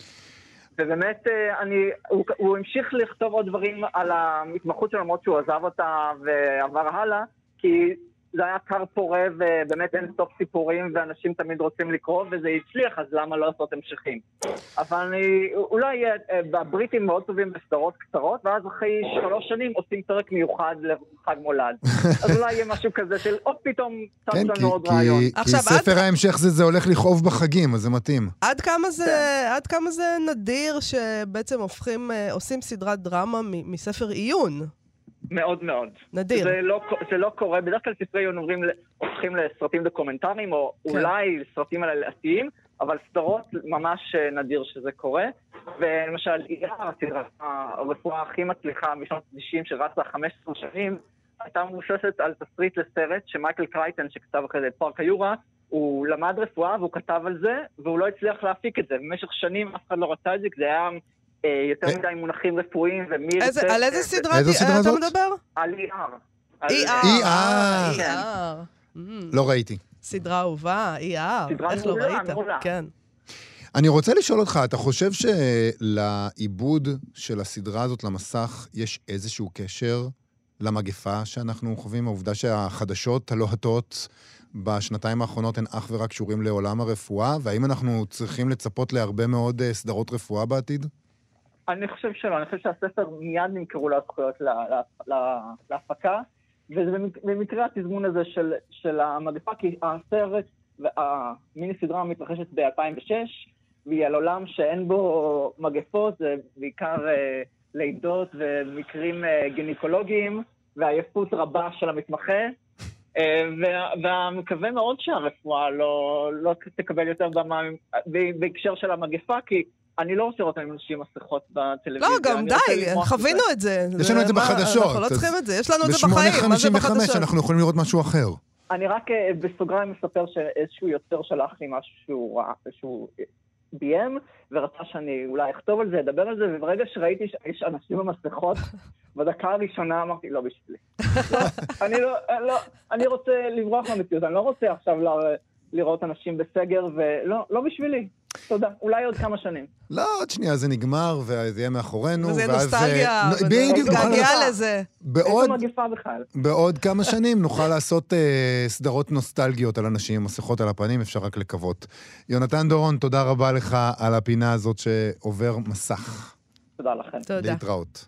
ובאמת, אה, אני, הוא, הוא המשיך לכתוב עוד דברים על המתמחות שלו, למרות שהוא עזב אותה ועבר הלאה, כי זה היה קר פורה, ובאמת אין סוף סיפורים, ואנשים תמיד רוצים לקרוא, וזה הצליח, אז למה לא לעשות המשכים? אבל אני, אולי אה, הבריטים מאוד טובים בסדרות קצרות, ואז אחרי שלוש שנים עושים פרק מיוחד לחג מולד. אז אולי יהיה משהו כזה של, או פתאום צץ כן, כי, לנו עוד כי, רעיון. כי עכשיו, ספר ההמשך זה, זה הולך לכאוב בחגים, אז זה מתאים. עד כמה זה, עד כמה זה נדיר שבעצם הופכים, אה, עושים סדרת דרמה מ- מספר עיון? מאוד מאוד. נדיר. זה לא, זה לא קורה, בדרך כלל ספרי עיון עוברים, ל- הופכים לסרטים דוקומנטריים, או כן. אולי לסרטים עלילתיים, אבל סדרות ממש אה, נדיר שזה קורה. ולמשל, אייר, הסדרה הרפואה הכי מצליחה משנות ה-תשעים, שרצה חמש עשרה שנים, הייתה מבוססת על תסריט לסרט שמייקל קרייטן, שכתב אחרי זה את פארק היורה, הוא למד רפואה והוא כתב על זה, והוא לא הצליח להפיק את זה. במשך שנים אף אחד לא רצה את זה, כי זה היה אה, יותר אה. מדי מונחים רפואיים, ומי... איזה, ירצה- על איזה סדרה איזו אתה סדרה זאת? מדבר? על אי אר. אי אר. אי אר. אי אר. לא ראיתי. סדרה אהובה, אי אר. סדרה איך לא מעולה, ראית? מעולה. כן. אני רוצה לשאול אותך, אתה חושב שלעיבוד של הסדרה הזאת למסך יש איזשהו קשר למגפה שאנחנו חווים? העובדה שהחדשות הלוהטות בשנתיים האחרונות הן אך ורק קשורים לעולם הרפואה, והאם אנחנו צריכים לצפות להרבה מאוד אה, סדרות רפואה בעתיד? אני חושב שלא, אני חושב שהספר מיד נמכרו לה זכויות לה- לה- לה- להפקה, וזה במק- במקרה התזמון הזה של, של המגפה, כי הסרט, המיני סדרה מתרחשת ב-אלפיים ושש, והיא על עולם שאין בו מגפות, זה בעיקר uh, לידות ומקרים uh, גינקולוגיים, ועייפות רבה של המתמחה, uh, ומקווה מאוד שהרפואה לא, לא תקבל יותר במה, בהקשר של המגפה, כי אני לא רוצה אותם עם נשים מסכות בטלוויזיה. לא, גם די, חווינו את זה. יש לנו את זה בחדשות. אנחנו לא צריכים את זה, יש לנו את זה בחיים. ב-שמונה חמישים וחמש אנחנו יכולים לראות משהו אחר. אני רק בסוגריים מספר שאיזשהו יוצר שלח לי משהו שהוא ביים, ורצה שאני אולי אכתוב על זה, אדבר על זה, וברגע שראיתי שיש אנשים במסכות, בדקה הראשונה אמרתי, לא בשבילי. אני רוצה לברוח מהמציאות, אני לא רוצה עכשיו לראות אנשים בסגר, ולא בשבילי. תודה, אולי עוד כמה שנים. לא, עוד שנייה, זה נגמר, וזה יהיה מאחורינו. וזה נוסטלגיה, ונתגעגע לזה. איזה מגפה בכלל. בעוד כמה שנים נוכל לעשות סדרות נוסטלגיות על אנשים עם מסכות על הפנים, אפשר רק לקוות. יונתן דורון, תודה רבה לך על הפינה הזאת שעובר מסך. תודה לכם. תודה. להתראות.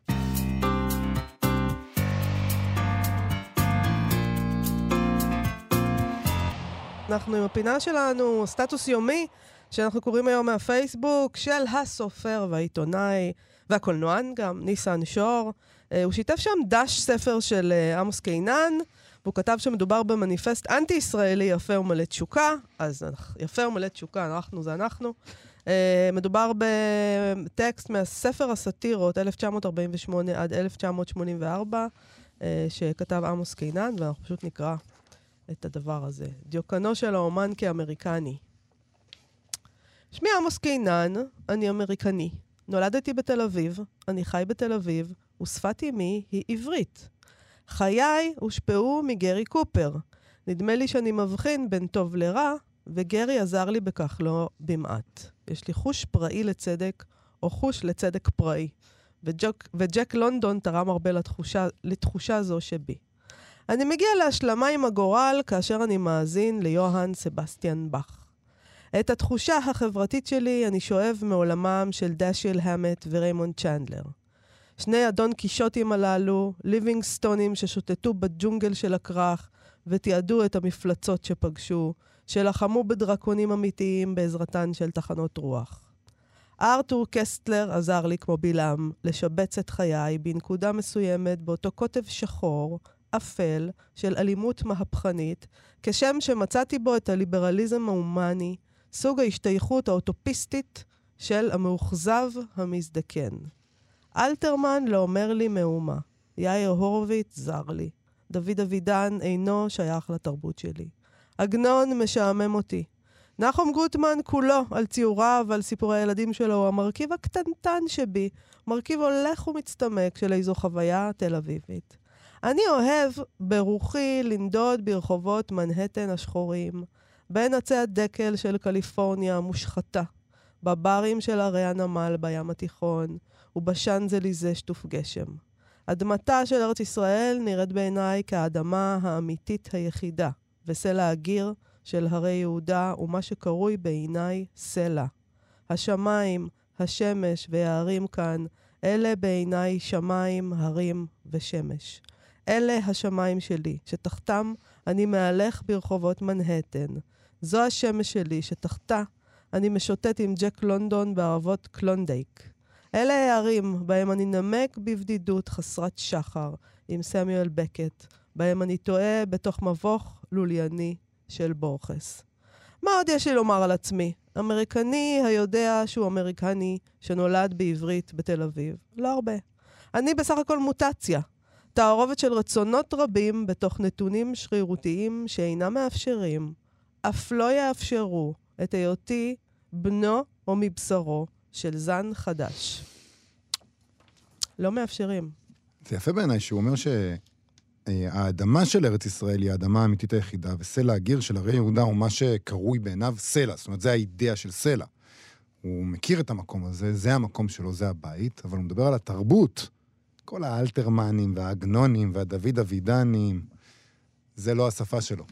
אנחנו עם הפינה שלנו, סטטוס יומי, שאנחנו קוראים היום מהפייסבוק, של הסופר והעיתונאי, והקולנוען גם, ניסן שור. הוא שיתף שם דש ספר של עמוס קינן, והוא כתב שמדובר במניפסט אנטי-ישראלי יפה ומלא תשוקה, אז יפה ומלא תשוקה, אנחנו זה אנחנו. מדובר בטקסט מהספר הסאטירות, אלף תשע מאות ארבעים ושמונה עד אלף תשע מאות שמונים וארבע, שכתב עמוס קינן, ואנחנו פשוט נקרא את הדבר הזה. דיוקנו של האומן כאמריקני. שמי עמוס קינן, אני אמריקני. נולדתי בתל אביב, אני חי בתל אביב, ושפת אמי היא עברית. חיי הושפעו מגרי קופר. נדמה לי שאני מבחין בין טוב לרע, וגרי עזר לי בכך לא במעט. יש לי חוש פראי לצדק, או חוש לצדק פראי. וג'ק, וג'ק לונדון תרם הרבה לתחושה, לתחושה זו שבי. אני מגיע להשלמה עם הגורל כאשר אני מאזין ליוהאן סבסטיאן באך. את התחושה החברתית שלי אני שואב מעולמם של דאשיל המט וריימונד צ'נדלר. שני אדון קישוטים הללו, ליבינגסטונים ששוטטו בג'ונגל של הכרך ותיעדו את המפלצות שפגשו, שלחמו בדרקונים אמיתיים בעזרתן של תחנות רוח. ארתור קסטלר עזר לי כמו בילם לשבץ את חיי בנקודה מסוימת באותו כותב שחור, אפל, של אלימות מהפכנית, כשם שמצאתי בו את הליברליזם ההומני, סוג ההשתייכות האוטופיסטית של המאוכזב המזדקן. אלתרמן לא אומר לי מאומה. יאיר הורוביץ זר לי. דוד אבידן אינו שייך לתרבות שלי. עגנון משעמם אותי. נחום גוטמן כולו על ציוריו ועל סיפורי הילדים שלו הוא המרכיב הקטנטן שבי, מרכיב הולך ומצטמק של איזו חוויה תל אביבית. אני אוהב ברוחי לנדוד ברחובות מנהטן השחורים, בין עצי הדקל של קליפורניה המושחתה, בברים של ערי הנמל בים התיכון, ובשנזליזה שטוף גשם. אדמתה של ארץ ישראל נראית בעיניי כאדמה האמיתית היחידה, וסלע הגיר של הרי יהודה ומה שקרוי בעיניי סלע. השמיים, השמש והערים כאן, אלה בעיניי שמיים, הרים ושמש. אלה השמיים שלי, שתחתם אני מהלך ברחובות מנהטן. זו השמש שלי, שתחתה אני משוטט עם ג'ק לונדון בערבות קלונדייק. אלה הערים בהם אני נמק בבדידות חסרת שחר עם סמיואל בקט, בהם אני טועה בתוך מבוך לולייני של בורכס. מה עוד יש לי לומר על עצמי? אמריקני היודע שהוא אמריקני שנולד בעברית בתל אביב. לא הרבה. אני בסך הכל מוטציה. תערובת של רצונות רבים בתוך נתונים שרירותיים שאינם מאפשרים, אף לא יאפשרו את היותי בנו או מבשרו של זן חדש. לא מאפשרים. זה יפה בעיניי שהוא אומר שהאדמה של ארץ ישראל היא האדמה האמיתית היחידה, וסלע הגיר של הרי יהודה הוא מה שקרוי בעיניו סלע. זאת אומרת, זה האידאה של סלע. הוא מכיר את המקום הזה, זה המקום שלו, זה הבית, אבל הוא מדבר על התרבות. כל האלתרמנים והאגנונים והדוד אבידנים, זה לא השפה שלו.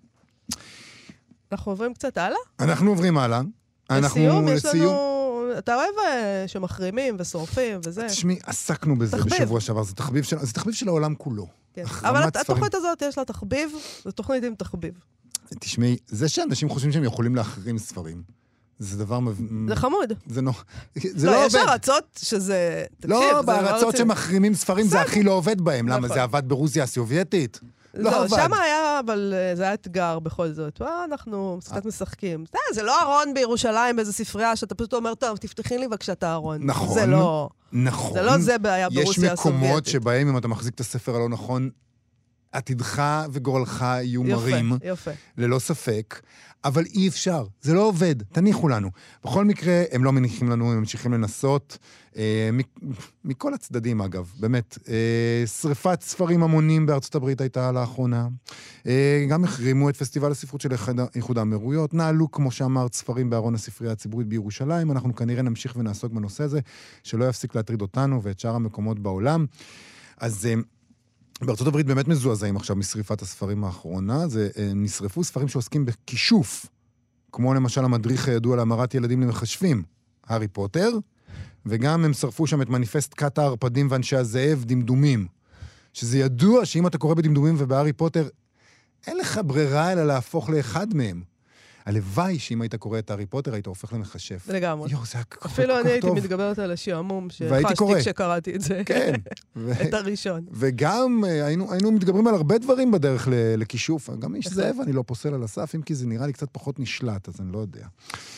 אנחנו עוברים קצת הלאה? אנחנו עוברים הלאה. לסיום, יש לנו... אתה אוהב שמחרימים ושורפים וזה. תשמעי, עסקנו בזה בשבוע שעבר, זה תחביב של, זה תחביב של העולם כולו. אבל התוכנית הזאת יש לה תחביב, זו תוכנית עם תחביב. תשמעי, זה שאנשים חושבים שהם יכולים להחרים ספרים, זה דבר... זה חמוד. זה לא, זה לא, לא יש עובד. ארצות שזה... תקשיב, לא, זה בארצות לא שמחרימים ספרים זה הכי לא עובד בהם. למה? נכון. זה עבד ברוסיה הסובייטית? לא לא, עבד. שם היה, אבל אה, זה היה אתגר בכל זאת. וואה, אנחנו קצת משחקים. זה, זה לא ארון בירושלים באיזה ספרייה, שאתה פשוט אומר, טוב, תפתחי לי בבקשה את הארון. נכון. זה לא... נכון. זה לא זה בעיה ברוסיה הסובייטית. יש מקומות שבהם אם אתה מחזיק את הספר הלא נכון, עתידך וגורלך יהיו מרים. יפה, יפה. ללא ספק. אבל אי אפשר, זה לא עובד, תניחו לנו. בכל מקרה, הם לא מניחים לנו, הם ממשיכים לנסות, אה, מ- מכל הצדדים אגב, באמת. אה, שריפת ספרים המונים בארצות הברית הייתה לאחרונה, אה, גם החרימו את פסטיבל הספרות של איחוד האמירויות, נעלו, כמו שאמרת, ספרים בארון הספרייה הציבורית בירושלים, אנחנו כנראה נמשיך ונעסוק בנושא הזה, שלא יפסיק להטריד אותנו ואת שאר המקומות בעולם. אז... אה, בארצות הברית באמת מזועזעים עכשיו משריפת הספרים האחרונה, זה נשרפו ספרים שעוסקים בכישוף, כמו למשל המדריך הידוע להמרת ילדים למחשבים, הארי פוטר, וגם הם שרפו שם את מניפסט כת הערפדים ואנשי הזאב, דמדומים, שזה ידוע שאם אתה קורא בדמדומים ובהארי פוטר, אין לך ברירה אלא להפוך לאחד מהם. הלוואי שאם היית קורא את הארי פוטר, היית הופך למחשב. לגמרי. יו, זה היה כל כך טוב. אפילו אני הייתי מתגברת על השעמום והייתי קורא. שחשתי כשקראתי את זה. כן. את הראשון. וגם היינו, היינו מתגברים על הרבה דברים בדרך לכישוף. גם איש זאב אני לא פוסל על הסף, אם כי זה נראה לי קצת פחות נשלט, אז אני לא יודע.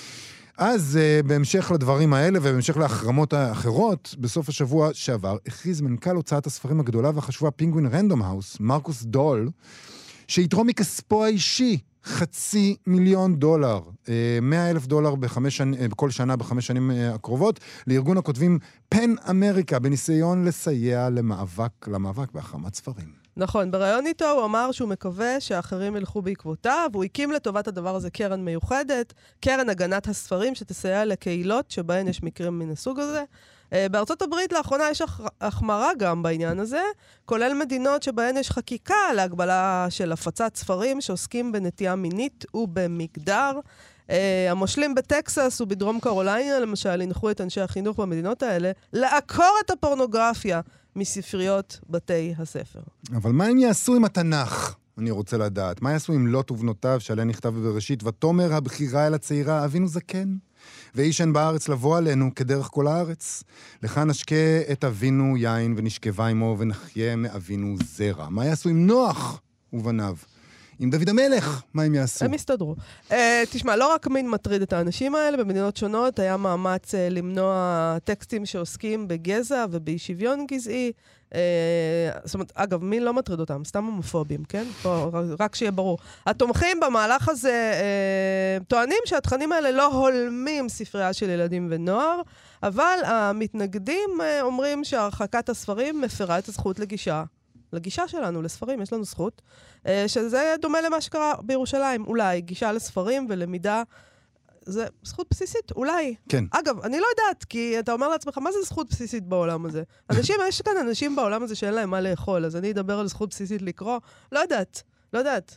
אז בהמשך לדברים האלה ובהמשך להחרמות האחרות, בסוף השבוע שעבר, הכריז מנכ"ל הוצאת הספרים הגדולה והחשובה פינגווין רנדום האוס, מרקוס דול, שיתרום מכספו האישי חצי מיליון דולר, מאה אלף דולר בחמש שנים, בכל שנה בחמש שנים הקרובות, לארגון הכותבים פן אמריקה, בניסיון לסייע למאבק, למאבק בהחרמת ספרים. נכון, בראיון איתו הוא אמר שהוא מקווה שאחרים ילכו בעקבותיו, הוא הקים לטובת הדבר הזה קרן מיוחדת, קרן הגנת הספרים שתסייע לקהילות שבהן יש מקרים מן הסוג הזה. בארצות הברית לאחרונה יש החמרה גם בעניין הזה, כולל מדינות שבהן יש חקיקה להגבלה של הפצת ספרים שעוסקים בנטייה מינית ובמגדר. המושלים בטקסס ובדרום קרוליינה, למשל, הנחו את אנשי החינוך במדינות האלה, לעקור את הפורנוגרפיה מספריות בתי הספר. אבל מה הם יעשו עם התנ"ך? אני רוצה לדעת. מה יעשו עם לוט ובנותיו שעליהן נכתב בבראשית, ותאמר הבחירה אל הצעירה, אבינו זקן, ואיש אין בארץ לבוא עלינו כדרך כל הארץ. לכאן נשקה את אבינו יין ונשכבה עמו ונחיה מאבינו זרע. מה יעשו עם נוח ובניו? עם דוד המלך, מה הם יעשו? הם יסתדרו. Uh, תשמע, לא רק מין מטריד את האנשים האלה, במדינות שונות היה מאמץ uh, למנוע טקסטים שעוסקים בגזע ובאי שוויון גזעי. Uh, זאת אומרת, אגב, מין לא מטריד אותם, סתם הומופובים, כן? פה, רק שיהיה ברור. התומכים במהלך הזה uh, טוענים שהתכנים האלה לא הולמים ספרייה של ילדים ונוער, אבל המתנגדים uh, אומרים שהרחקת הספרים מפרה את הזכות לגישה. לגישה שלנו, לספרים, יש לנו זכות, שזה דומה למה שקרה בירושלים, אולי, גישה לספרים ולמידה, זה זכות בסיסית, אולי. כן. אגב, אני לא יודעת, כי אתה אומר לעצמך, מה זה זכות בסיסית בעולם הזה? אנשים, יש כאן אנשים בעולם הזה שאין להם מה לאכול, אז אני אדבר על זכות בסיסית לקרוא, לא יודעת, לא יודעת.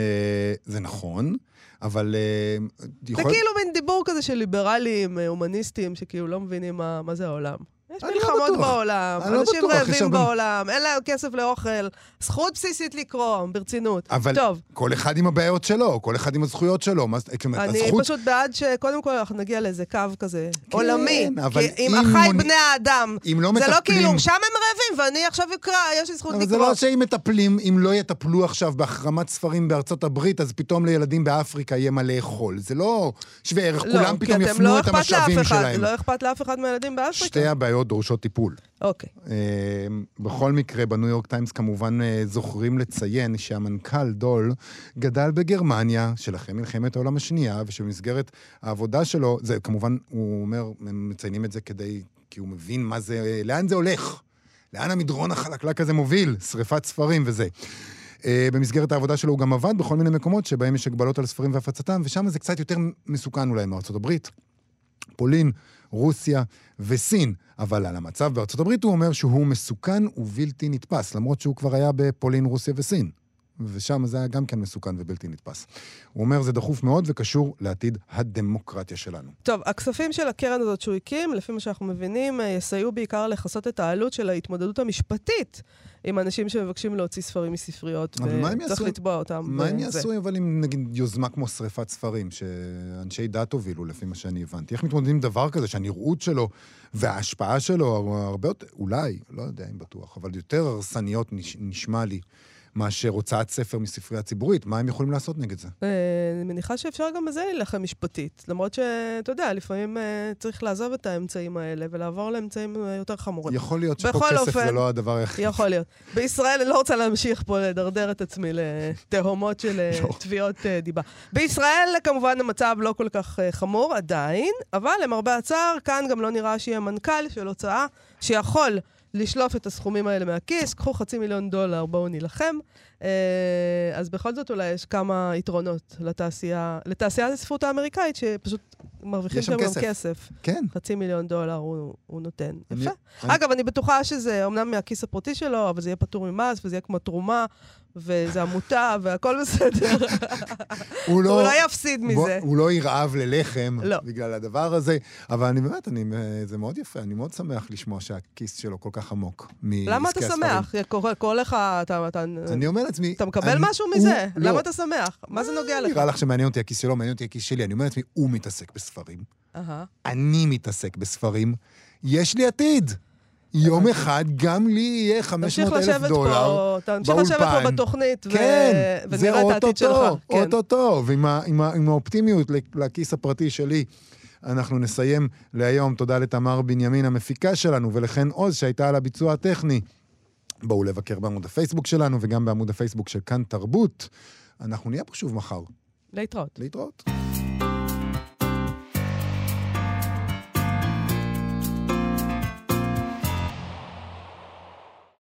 זה נכון, אבל... זה כאילו מין דיבור כזה של ליברלים, הומניסטים, שכאילו לא מבינים מה זה העולם. יש מלחמות בעולם, אנשים רעבים בעולם, אין להם כסף לאוכל, זכות בסיסית לקרוא, ברצינות. אבל כל אחד עם הבעיות שלו, כל אחד עם הזכויות שלו. אני פשוט בעד שקודם כל אנחנו נגיע לאיזה קו כזה, עולמי, עם אחי בני האדם. זה לא כאילו, שם הם רעבים, ואני עכשיו אקרא, יש לי זכות לקרוא. אבל זה לא שהם מטפלים, אם לא יטפלו עכשיו בהחרמת ספרים בארצות הברית, אז פתאום לילדים באפריקה יהיה מה לאכול. זה לא שווה ערך, כולם פתאום יפנו את המשאבים שלהם. לא אכפת לאף אחד מהילדים באפריקה. שתי הבעיות דורשות טיפול. אוקיי. בכל מקרה, בניו יורק טיימס כמובן זוכרים לציין שהמנכ"ל דול גדל בגרמניה, שלכם מלחמת העולם השנייה, ושבמסגרת העבודה שלו, זה כמובן, הוא אומר, הם מציינים את זה כדי, כי הוא מבין מה זה, לאן זה הולך, לאן המדרון החלקלק הזה מוביל, שריפת ספרים וזה. במסגרת העבודה שלו הוא גם עבד בכל מיני מקומות שבהם יש הגבלות על ספרים והפצתם, ושם זה קצת יותר מסוכן אולי מארצות הברית. פולין, רוסיה וסין, אבל על המצב בארצות הברית הוא אומר שהוא מסוכן ובלתי נתפס, למרות שהוא כבר היה בפולין, רוסיה וסין. ושם זה היה גם כן מסוכן ובלתי נתפס. הוא אומר, זה דחוף מאוד וקשור לעתיד הדמוקרטיה שלנו. טוב, הכספים של הקרן הזאת שהוא הקים, לפי מה שאנחנו מבינים, יסייעו בעיקר לחסות את העלות של ההתמודדות המשפטית עם אנשים שמבקשים להוציא ספרים מספריות, וצריך לתבוע אותם. מה הם יעשו, אבל עם נגיד יוזמה כמו שריפת ספרים, שאנשי דת הובילו, לפי מה שאני הבנתי. איך מתמודדים עם דבר כזה, שהנראות שלו וההשפעה שלו הרבה יותר, אולי, לא יודע אם בטוח, אבל יותר הרסניות נשמע לי, מאשר הוצאת ספר מספרייה ציבורית. מה הם יכולים לעשות נגד זה? אני מניחה שאפשר גם בזה ללכם משפטית. למרות שאתה יודע, לפעמים צריך לעזוב את האמצעים האלה, ולעבור לאמצעים יותר חמורים. יכול להיות שפה כסף זה לא הדבר היחיד. יכול להיות. בישראל אני לא רוצה להמשיך פה לדרדר את עצמי לתהומות של תביעות דיבה. בישראל כמובן המצב לא כל כך חמור עדיין, אבל למרבה הצער, כאן גם לא נראה שיהיה מנכ"ל של הוצאה שיכול לשלוף את הסכומים האלה מהכיס, קחו חצי מיליון דולר, בואו נילחם. אז בכל זאת אולי יש כמה יתרונות לתעשייה, לתעשיית הספרות האמריקאית, שפשוט מרוויחים שם גם כסף. כן. חצי מיליון דולר הוא, הוא נותן. יפה. אגב, אני בטוחה שזה אומנם מהכיס הפרטי שלו, אבל זה יהיה פטור ממס, וזה יהיה כמו תרומה, וזה עמותה, והכל בסדר. הוא לא יפסיד מזה. הוא לא ירעב ללחם בגלל הדבר הזה, אבל אני באמת, זה מאוד יפה, אני מאוד שמח לשמוע שהכיס שלו כל כך עמוק. למה אתה שמח? כל לך, אני אומר לעצמי... אתה מקבל משהו מזה? למה אתה שמח? מה זה נוגע לך? נראה לך שמעניין אותי הכיס שלו, מעניין אותי הכיס שלי. אני אומר לעצמי, הוא מתעסק בספרים. אני מתעסק בספרים. יש לי עתיד. יום אחד גם לי יהיה חמש מאות אלף דולר באולפן. תמשיך לשבת פה בתוכנית ונראה את העתיד שלך. אוטוטו, ועם האופטימיות לכיס הפרטי שלי. אנחנו נסיים להיום. תודה לתמר בנימין המפיקה שלנו, ולכן עוז שהייתה על הביצוע הטכני. בואו לבקר בעמוד הפייסבוק שלנו, וגם בעמוד הפייסבוק של כאן תרבות. אנחנו נהיה פה שוב מחר. להתראות. להתראות.